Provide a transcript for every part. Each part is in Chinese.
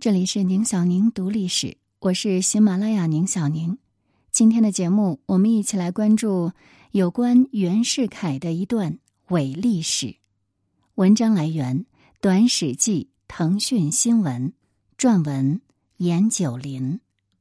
这里是宁小宁读历史，我是喜马拉雅宁小宁。今天的节目，我们一起来关注有关袁世凯的一段伪历史。文章来源：短史记、腾讯新闻，撰文：严九林。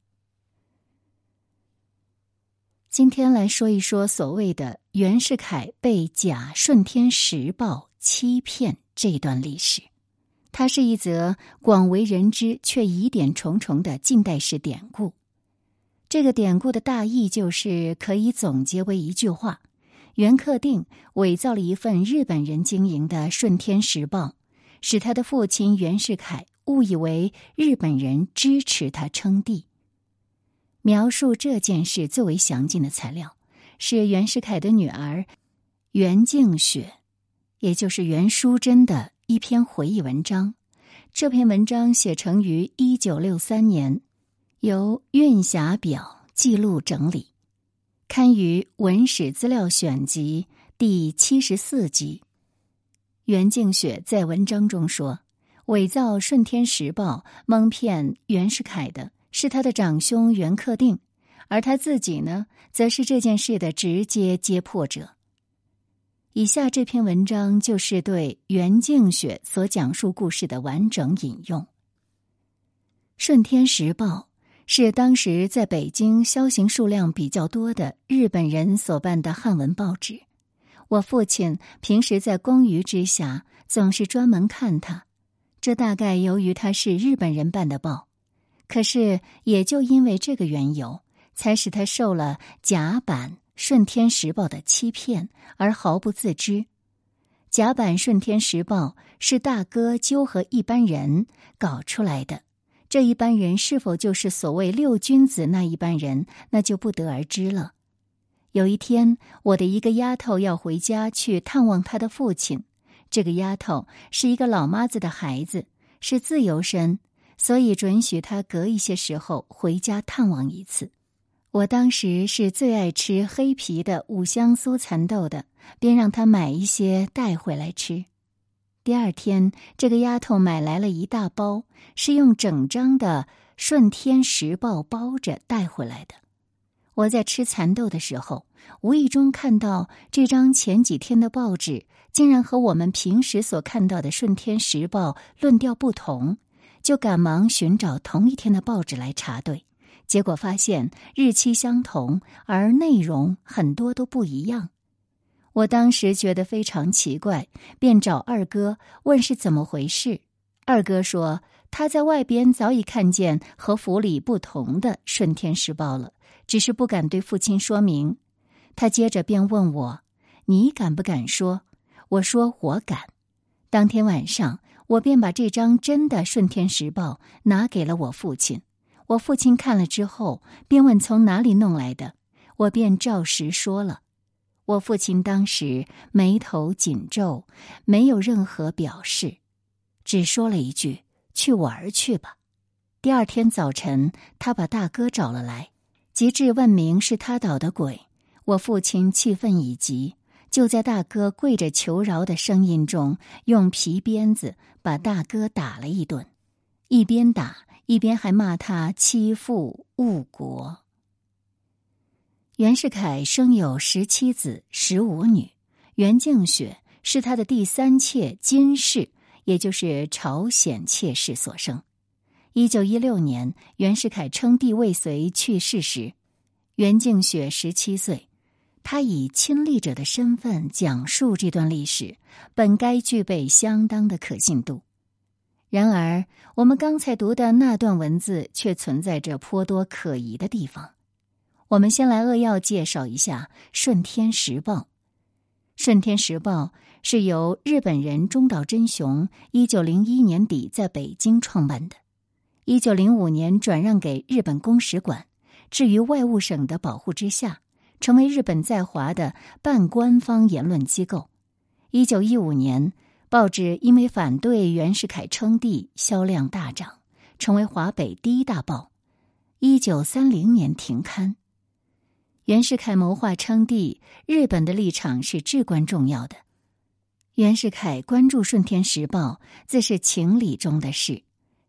今天来说一说所谓的袁世凯被假顺天时报欺骗这段历史。它是一则广为人知却疑点重重的近代史典故。这个典故的大意就是可以总结为一句话：袁克定伪造了一份日本人经营的《顺天时报》，使他的父亲袁世凯误以为日本人支持他称帝。描述这件事最为详尽的材料是袁世凯的女儿袁敬雪，也就是袁淑珍的一篇回忆文章。这篇文章写成于1963年，由韵霞表记录整理，刊于《文史资料选集》第74集。袁敬雪在文章中说，伪造《顺天时报》蒙骗袁世凯的是他的长兄袁克定，而他自己呢，则是这件事的直接揭破者。以下这篇文章就是对袁敬雪所讲述故事的完整引用。《顺天时报》是当时在北京销行数量比较多的日本人所办的汉文报纸。我父亲平时在公余之下总是专门看它，这大概由于它是日本人办的报。可是也就因为这个缘由，才使他受了假版《顺天时报》的欺骗而毫不自知。假版《顺天时报》是大哥纠合一般人搞出来的，这一般人是否就是所谓六君子那一般人，那就不得而知了。有一天，我的一个丫头要回家去探望她的父亲，这个丫头是一个老妈子的孩子，是自由身，所以准许她隔一些时候回家探望一次。我当时是最爱吃黑皮的五香酥蚕豆的，便让她买一些带回来吃。第二天，这个丫头买来了一大包，是用整张的《顺天时报》包着带回来的。我在吃蚕豆的时候，无意中看到这张前几天的报纸竟然和我们平时所看到的《顺天时报》论调不同，就赶忙寻找同一天的报纸来查对。结果发现日期相同，而内容很多都不一样。我当时觉得非常奇怪，便找二哥问是怎么回事。二哥说他在外边早已看见和府里不同的《顺天时报》了，只是不敢对父亲说明。他接着便问我，你敢不敢说？我说我敢。当天晚上，我便把这张真的《顺天时报》拿给了我父亲。我父亲看了之后，便问从哪里弄来的，我便照实说了。我父亲当时眉头紧皱，没有任何表示，只说了一句：“去玩去吧。”第二天早晨，他把大哥找了来，及至问明是他捣的鬼。我父亲气愤已极，就在大哥跪着求饶的声音中，用皮鞭子把大哥打了一顿，一边打一边还骂他欺负误国。袁世凯生有17子15女，袁敬雪是他的第三妾金氏，也就是朝鲜妾室所生。1916年，袁世凯称帝未遂去世时，袁敬雪17岁。他以亲历者的身份讲述这段历史，本该具备相当的可信度。然而，我们刚才读的那段文字却存在着颇多可疑的地方。我们先来扼要介绍一下《顺天时报》。《顺天时报》是由日本人中岛真雄1901年底在北京创办的，1905年转让给日本公使馆，置于外务省的保护之下，成为日本在华的半官方言论机构。1915年，报纸因为反对袁世凯称帝，销量大涨，成为华北第一大报。1930年停刊。袁世凯谋划称帝，日本的立场是至关重要的。袁世凯关注《顺天时报》，自是情理中的事。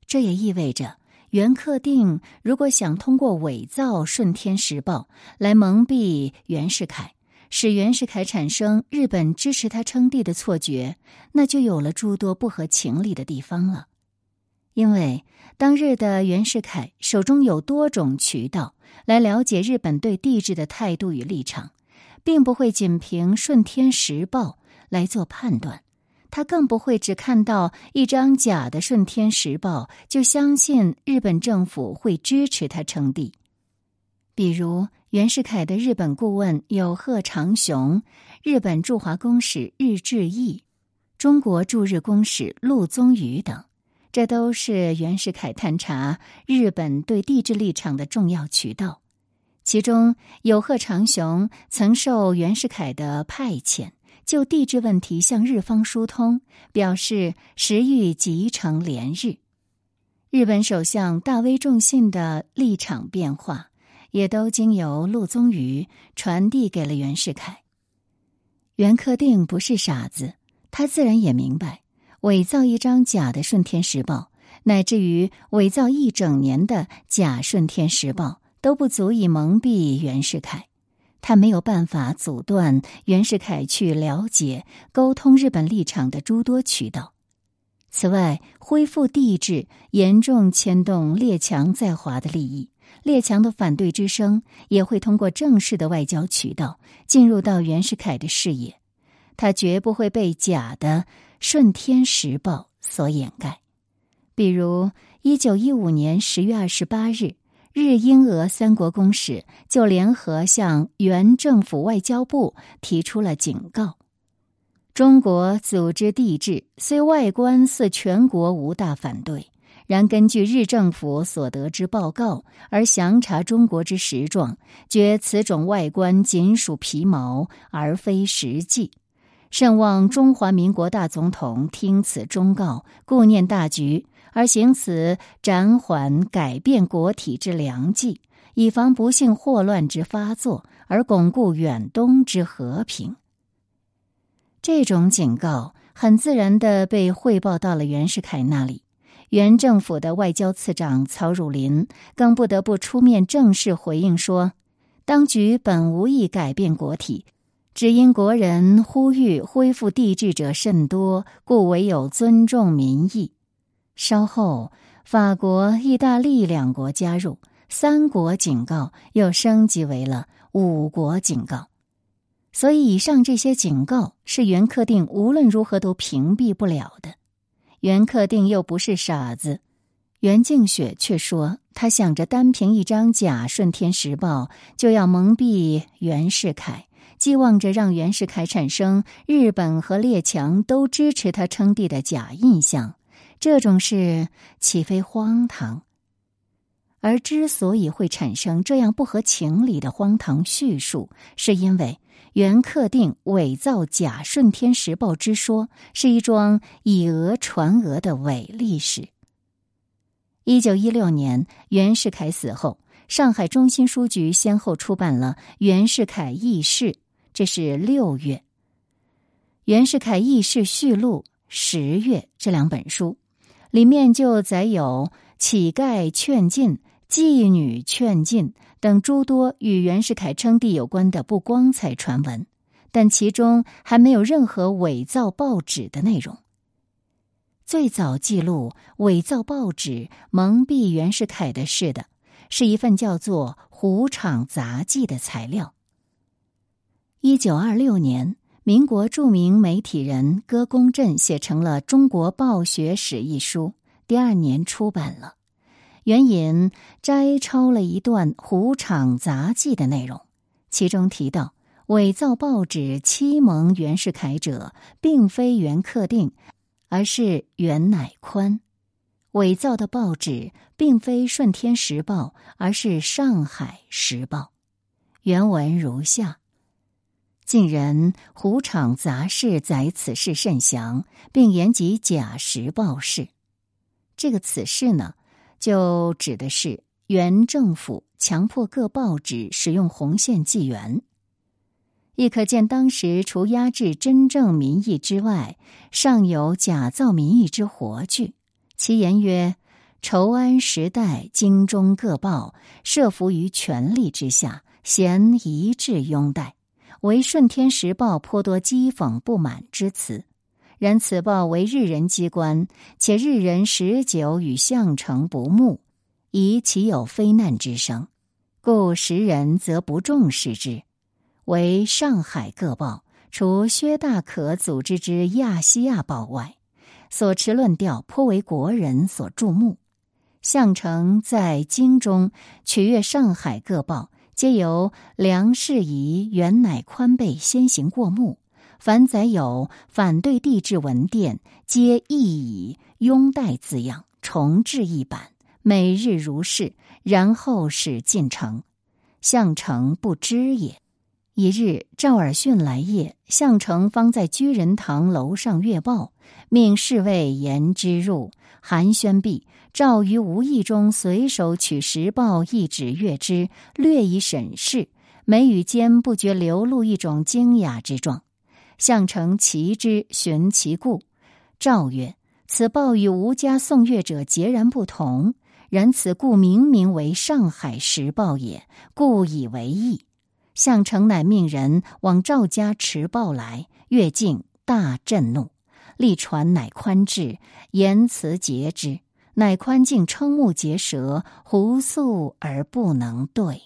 这也意味着袁克定如果想通过伪造《顺天时报》来蒙蔽袁世凯，使袁世凯产生日本支持他称帝的错觉，那就有了诸多不合情理的地方了。因为当日的袁世凯手中有多种渠道来了解日本对帝制的态度与立场，并不会仅凭《顺天时报》来做判断，他更不会只看到一张假的《顺天时报》就相信日本政府会支持他称帝。比如袁世凯的日本顾问有贺长雄、日本驻华公使日志毅、中国驻日公使陆宗舆等，这都是袁世凯探查日本对帝制立场的重要渠道。其中有贺长雄曾受袁世凯的派遣，就帝制问题向日方疏通，表示时欲集成联日。日本首相大威重信的立场变化也都经由陆宗舆传递给了袁世凯。袁克定不是傻子，他自然也明白，伪造一张假的《顺天时报》，乃至于伪造一整年的假《顺天时报》，都不足以蒙蔽袁世凯。他没有办法阻断袁世凯去了解、沟通日本立场的诸多渠道。此外，恢复帝制严重牵动列强在华的利益，列强的反对之声也会通过正式的外交渠道进入到袁世凯的视野，他绝不会被假的《顺天时报》所掩盖。比如1915年10月28日，日英俄三国公使就联合向原政府外交部提出了警告：中国组织帝制，虽外观似全国无大反对，然根据日政府所得之报告而详查中国之实状，觉此种外观仅属皮毛，而非实际。甚望中华民国大总统听此忠告，顾念大局，而行此暂缓改变国体之良计，以防不幸祸乱之发作，而巩固远东之和平。这种警告很自然地被汇报到了袁世凯那里，原政府的外交次长曹汝霖更不得不出面正式回应说，当局本无意改变国体，只因国人呼吁恢复帝制者甚多，故唯有尊重民意。稍后法国、意大利两国加入，3国警告又升级为了5国警告。所以以上这些警告是袁克定无论如何都屏蔽不了的。袁克定又不是傻子，袁敬雪却说他想着单凭一张假《顺天时报》就要蒙蔽袁世凯，寄望着让袁世凯产生日本和列强都支持他称帝的假印象，这种事岂非荒唐？而之所以会产生这样不合情理的荒唐叙述，是因为袁克定伪造假《顺天时报》之说是一桩以讹传讹的伪历史。1916年袁世凯死后，上海中心书局先后出版了《袁世凯轶事》，这是6月；《袁世凯轶事续录》10月这2本书，里面就载有乞丐劝进、妓女劝进等诸多与袁世凯称帝有关的不光彩传闻，但其中还没有任何伪造报纸的内容。最早记录伪造报纸蒙蔽袁世凯的事的，是一份叫做《虎场杂记》的材料。1926年，民国著名媒体人戈公振写成了《中国报学史》一书，第2年出版了。援引摘抄了一段《虎场杂记》的内容，其中提到，伪造报纸欺蒙袁世凯者，并非袁克定，而是袁乃宽。伪造的报纸并非《顺天时报》，而是《上海时报》。原文如下：近人虎场杂事载此事甚详，并言及假时报事。这个此事呢，就指的是原政府强迫各报纸使用红线纪元。亦可见当时除压制真正民意之外，尚有假造民意之活剧。其言曰： 筹安时代京中各报设伏于权力之下，咸一致拥戴，为顺天时报颇多讥讽不满之词。然此报为日人机关，且日人时久与项城不睦，疑其有非难之声，故时人则不重视之。为上海各报，除薛大可组织之亚细亚报外，所持论调颇为国人所注目。项城在京中取悦上海各报，皆由梁士仪、袁乃宽被先行过目，凡载有反对帝制文电，皆意以拥戴字样重制一版，每日如是，然后使进城。项城不知也。一日，赵尔巽来谒，项城方在居仁堂楼上阅报，命侍卫言之入，寒暄毕，赵于无意中随手取时报一纸阅之，略以审视，眉宇间不觉流露一种惊讶之状。项城奇之，寻其故。赵曰：此报与吴家送阅者截然不同，然此故明明为上海时报也，故以为异。项城乃命人往赵家持报来，越境大震怒，力传乃宽至，言辞诘之，乃宽竟瞠目结舌，胡诉而不能对。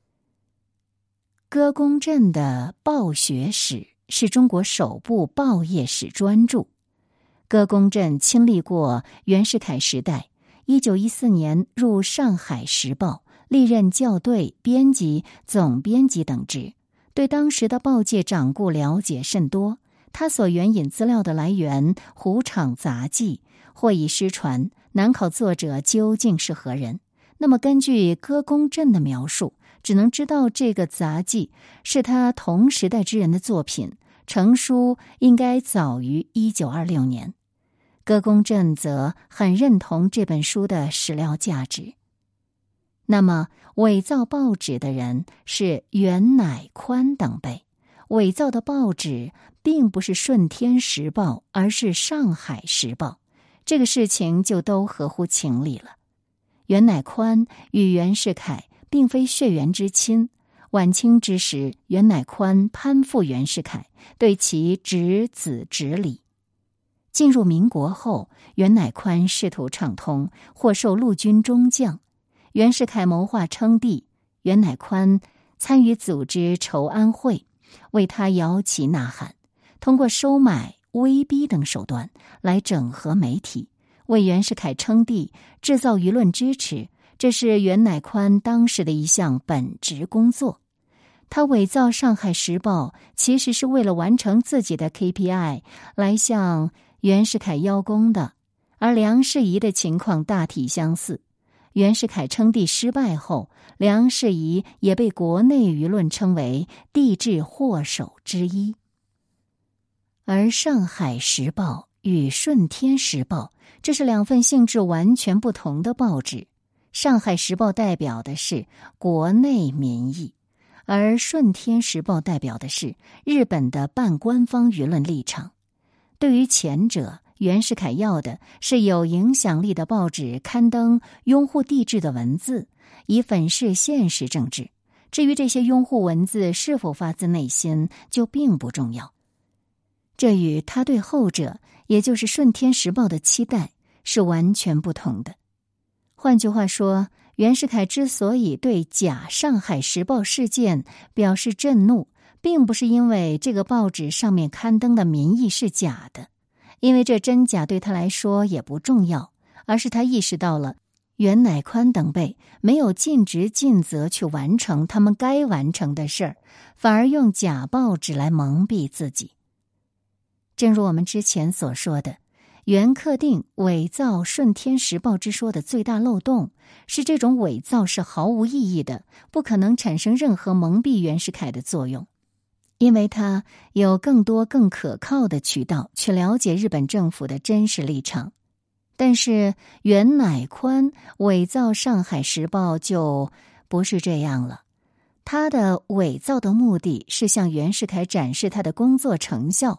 歌公振的报学史是中国首部报业史专著。歌公振亲历过袁世凯时代，1914年入上海时报，历任校对、编辑、总编辑等职，对当时的报界掌故了解甚多。他所援引资料的来源《虎场杂记》或已失传，难考作者究竟是何人。那么根据歌公振的描述，只能知道这个杂记是他同时代之人的作品，成书应该早于1926年。歌公振则很认同这本书的史料价值。那么伪造报纸的人是袁乃宽等辈，伪造的报纸并不是顺天时报，而是上海时报，这个事情就都合乎情理了。袁乃宽与袁世凯并非血缘之亲，晚清之时，袁乃宽攀附袁世凯，对其执子执礼。进入民国后，袁乃宽仕途畅通，获授陆军中将。袁世凯谋划称帝，袁乃宽参与组织筹安会，为他摇旗呐喊，通过收买、威逼等手段来整合媒体，为袁世凯称帝制造舆论支持，这是袁乃宽当时的一项本职工作。他伪造《上海时报》其实是为了完成自己的 KPI 来向袁世凯邀功的，而梁士仪的情况大体相似。袁世凯称帝失败后，梁士仪也被国内舆论称为帝制祸首之一。而《上海时报》与《顺天时报》这是两份性质完全不同的报纸，《上海时报》代表的是国内民意，而《顺天时报》代表的是日本的半官方舆论立场。对于前者，袁世凯要的是有影响力的报纸刊登拥护帝制的文字，以粉饰现实政治。至于这些拥护文字是否发自内心，就并不重要。这与他对后者，也就是《顺天时报》的期待是完全不同的。换句话说，袁世凯之所以对假《上海时报》事件表示震怒，并不是因为这个报纸上面刊登的民意是假的，因为这真假对他来说也不重要，而是他意识到了袁乃宽等辈没有尽职尽责去完成他们该完成的事儿，反而用假报纸来蒙蔽自己。正如我们之前所说的，袁克定伪造《顺天时报》之说的最大漏洞是这种伪造是毫无意义的，不可能产生任何蒙蔽袁世凯的作用，因为他有更多更可靠的渠道去了解日本政府的真实立场。但是袁乃宽伪造《上海时报》就不是这样了，他的伪造的目的是向袁世凯展示他的工作成效。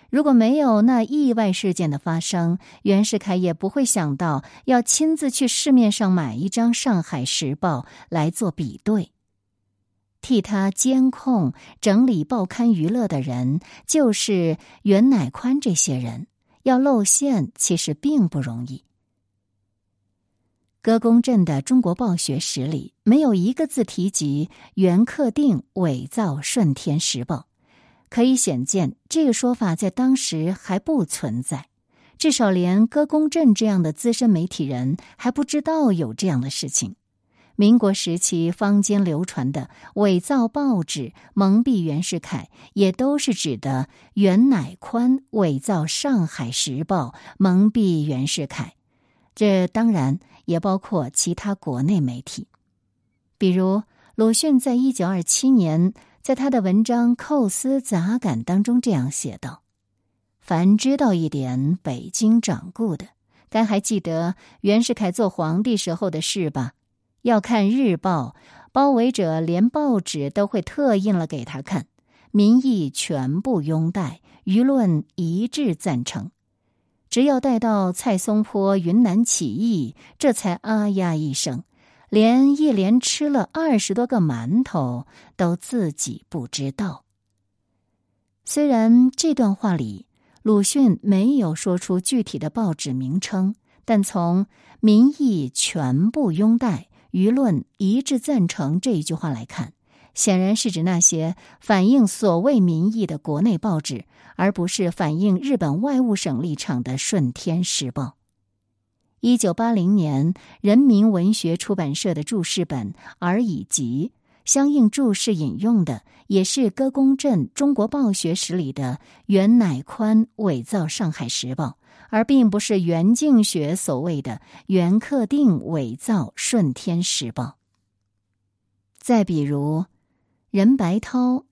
如果没有那意外事件的发生，袁世凯也不会想到要亲自去市面上买一张《上海时报》来做比对。替他监控、整理报刊娱乐的人，就是袁乃宽这些人，要露馅其实并不容易。歌公振的《中国报学史》里没有一个字提及袁克定伪造《顺天时报》，可以显见这个说法在当时还不存在，至少连歌公振这样的资深媒体人还不知道有这样的事情。民国时期坊间流传的伪造报纸蒙蔽袁世凯，也都是指的袁乃宽伪造《上海时报》蒙蔽袁世凯，这当然也包括其他国内媒体。比如鲁迅在1927年在他的文章《寇思杂感》当中这样写道：凡知道一点北京掌故的，该还记得袁世凯做皇帝时候的事吧？要看日报，包围者连报纸都会特印了给他看，民意全部拥戴，舆论一致赞成。只要带到蔡松坡云南起义，这才啊呀一声，连一连吃了20多个馒头都自己不知道。虽然这段话里鲁迅没有说出具体的报纸名称，但从民意全部拥戴，舆论一致赞成这一句话来看，显然是指那些反映所谓民意的国内报纸，而不是反映日本外务省立场的《顺天时报》。1980年，人民文学出版社的注释本《而已集》，相应注释引用的也是歌公振《中国报学史》里的袁乃宽伪造《上海时报》，而并不是袁敬学所谓的袁克定伪造《顺天时报》。再比如任白涛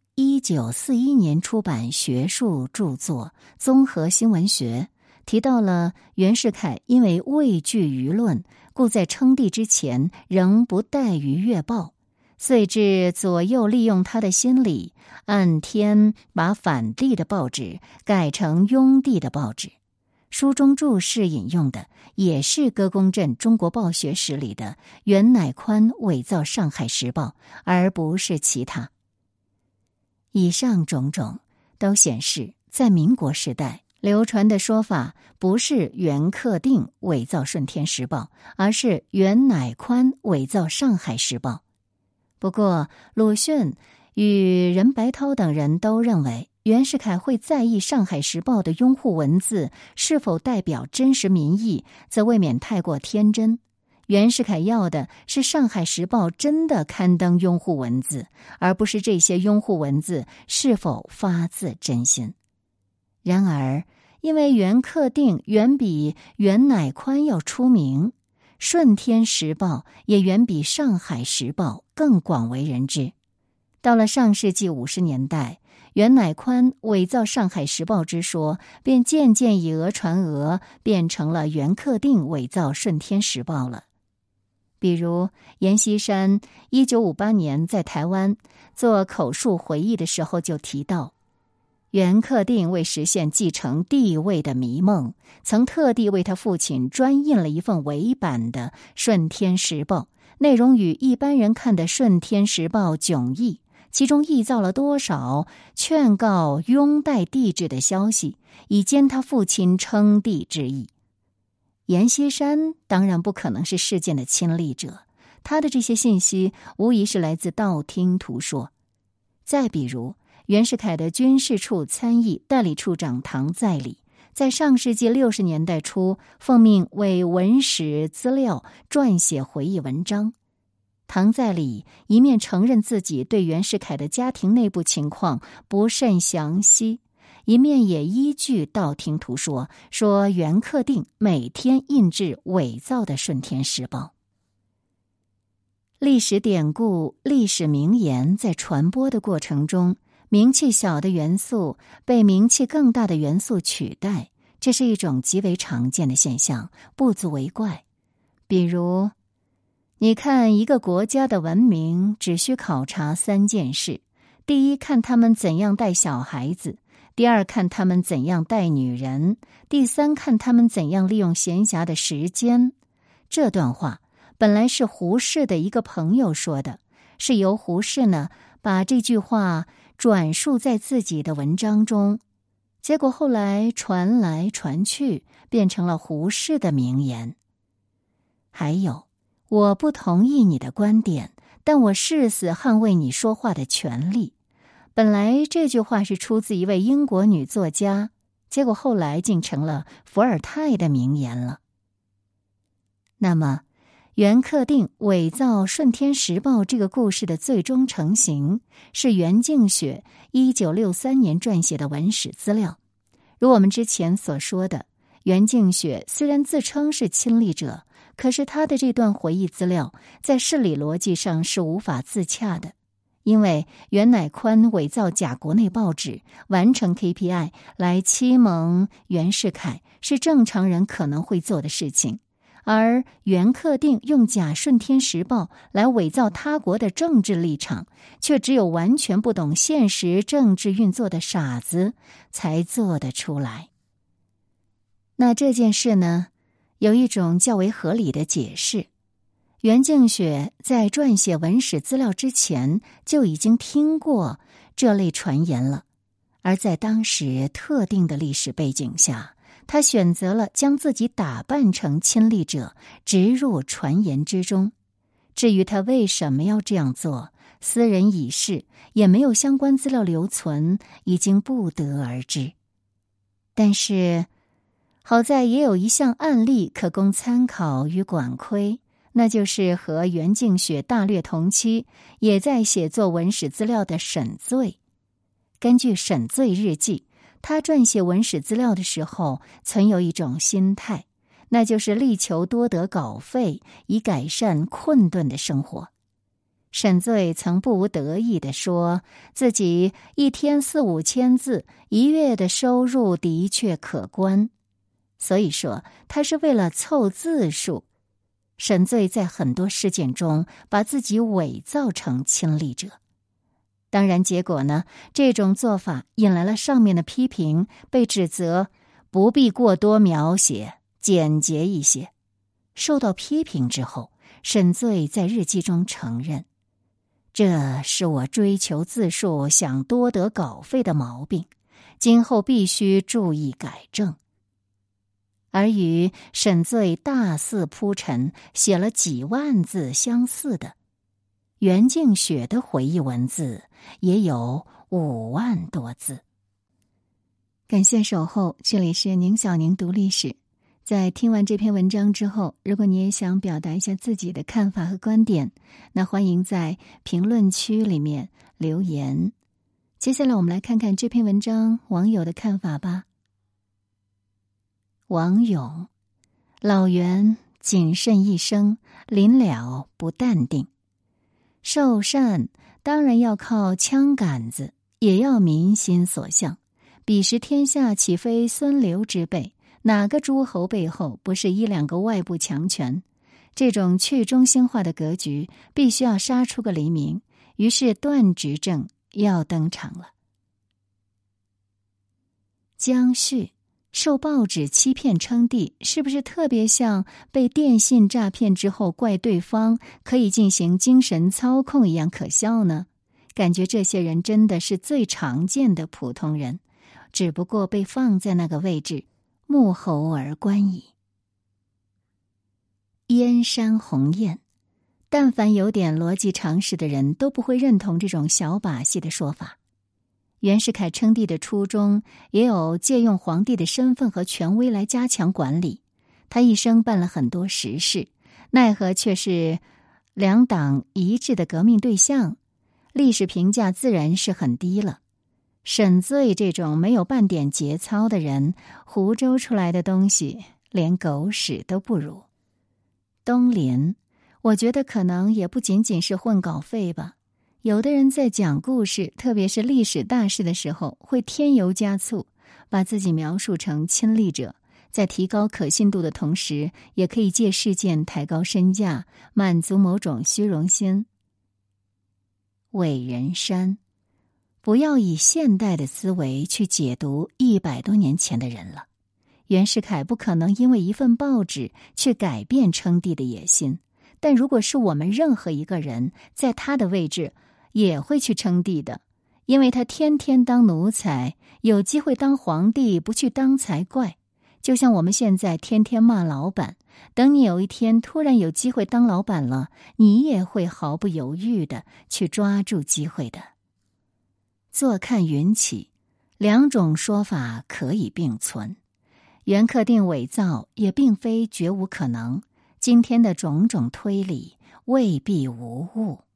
1941年出版学术著作《综合新闻学》，提到了袁世凯因为畏惧舆论，故在称帝之前仍不怠于阅报，遂至左右利用他的心理，按天把反帝的报纸改成拥帝的报纸。书中注释引用的也是歌公振《中国报学史》里的袁乃宽伪造《上海时报》，而不是其他。以上种种都显示，在民国时代流传的说法不是袁克定伪造《顺天时报》，而是袁乃宽伪造《上海时报》。不过鲁迅与任白涛等人都认为，袁世凯会在意《上海时报》的拥护文字是否代表真实民意，则未免太过天真。袁世凯要的是《上海时报》真的刊登拥护文字，而不是这些拥护文字是否发自真心。然而，因为袁克定远比袁乃宽要出名，《顺天时报》也远比《上海时报》更广为人知。到了上世纪50年代，袁乃宽伪造《上海时报》之说便渐渐以讹传讹，变成了袁克定伪造《顺天时报》了。比如阎锡山1958年在台湾做口述回忆的时候就提到，袁克定为实现继承帝位的迷梦，曾特地为他父亲专印了一份伪版的《顺天时报》，内容与一般人看的《顺天时报》迥异，其中臆造了多少劝告拥戴帝制的消息，以兼他父亲称帝之意。阎锡山当然不可能是事件的亲历者，他的这些信息无疑是来自道听途说。再比如袁世凯的军事处参议代理处长唐在礼，在上世纪60年代初奉命为文史资料撰写回忆文章。唐在礼一面承认自己对袁世凯的家庭内部情况不甚详细，一面也依据道听途说，说袁克定每天印制伪造的《顺天时报》。历史典故、历史名言在传播的过程中，名气小的元素被名气更大的元素取代，这是一种极为常见的现象，不足为怪。比如，你看一个国家的文明，只需考察3件事：第一，看他们怎样带小孩子； 第二看他们怎样待女人，第三看他们怎样利用闲暇的时间。这段话本来是胡适的一个朋友说的，是由胡适呢把这句话转述在自己的文章中，结果后来传来传去，变成了胡适的名言。还有，我不同意你的观点，但我誓死捍卫你说话的权利。本来这句话是出自一位英国女作家，结果后来竟成了伏尔泰的名言了。那么袁克定伪造《顺天时报》这个故事的最终成型，是袁敬雪1963年撰写的文史资料。如我们之前所说的，袁敬雪虽然自称是亲历者，可是他的这段回忆资料在事理逻辑上是无法自洽的。因为袁乃宽伪造假国内报纸，完成 KPI 来欺蒙袁世凯，是正常人可能会做的事情。而袁克定用假《顺天时报》来伪造他国的政治立场，却只有完全不懂现实政治运作的傻子才做得出来。那这件事呢，有一种较为合理的解释。袁敬雪在撰写文史资料之前就已经听过这类传言了，而在当时特定的历史背景下，他选择了将自己打扮成亲历者，植入传言之中。至于他为什么要这样做，私人已逝，也没有相关资料留存，已经不得而知。但是好在也有一项案例可供参考与管窥，那就是和袁敬雪大略同期，也在写作文史资料的沈醉。根据沈醉日记，他撰写文史资料的时候存有一种心态，那就是力求多得稿费，以改善困顿的生活。沈醉曾不无得意地说，自己一天4-5千字，一月的收入的确可观。所以说他是为了凑字数。沈醉在很多事件中把自己伪造成亲历者，当然结果呢，这种做法引来了上面的批评，被指责不必过多描写，简洁一些。受到批评之后，沈醉在日记中承认，这是我追求字数想多得稿费的毛病，今后必须注意改正。而与沈醉大肆铺陈写了几万字相似的袁敬雪的回忆文字也有5万多字。感谢守候，这里是宁小宁读历史。在听完这篇文章之后，如果你也想表达一下自己的看法和观点，那欢迎在评论区里面留言。接下来我们来看看这篇文章网友的看法吧。王勇，老袁谨慎一生，临了不淡定。受禅当然要靠枪杆子，也要民心所向。彼时天下岂非孙刘之辈？哪个诸侯背后不是1-2个外部强权？这种去中心化的格局，必须要杀出个黎明。于是段执政要登场了。江旭受报纸欺骗称帝，是不是特别像被电信诈骗之后怪对方可以进行精神操控一样可笑呢？感觉这些人真的是最常见的普通人，只不过被放在那个位置，幕后而观矣。燕山鸿雁，但凡有点逻辑常识的人都不会认同这种小把戏的说法。袁世凯称帝的初衷也有借用皇帝的身份和权威来加强管理，他一生办了很多实事，奈何却是2党一致的革命对象，历史评价自然是很低了。沈醉这种没有半点节操的人，胡诌出来的东西连狗屎都不如。东林，我觉得可能也不仅仅是混稿费吧。有的人在讲故事，特别是历史大事的时候，会添油加醋，把自己描述成亲历者，在提高可信度的同时，也可以借事件抬高身价，满足某种虚荣心。伟人山， 不要以现代的思维去解读100多年前的人了。袁世凯不可能因为一份报纸去改变称帝的野心，但如果是我们任何一个人，在他的位置也会去称帝的，因为他天天当奴才，有机会当皇帝不去当才怪。就像我们现在天天骂老板，等你有一天突然有机会当老板了，你也会毫不犹豫的去抓住机会的。坐看云起，两种说法可以并存。袁克定伪造也并非绝无可能，今天的种种推理未必无误。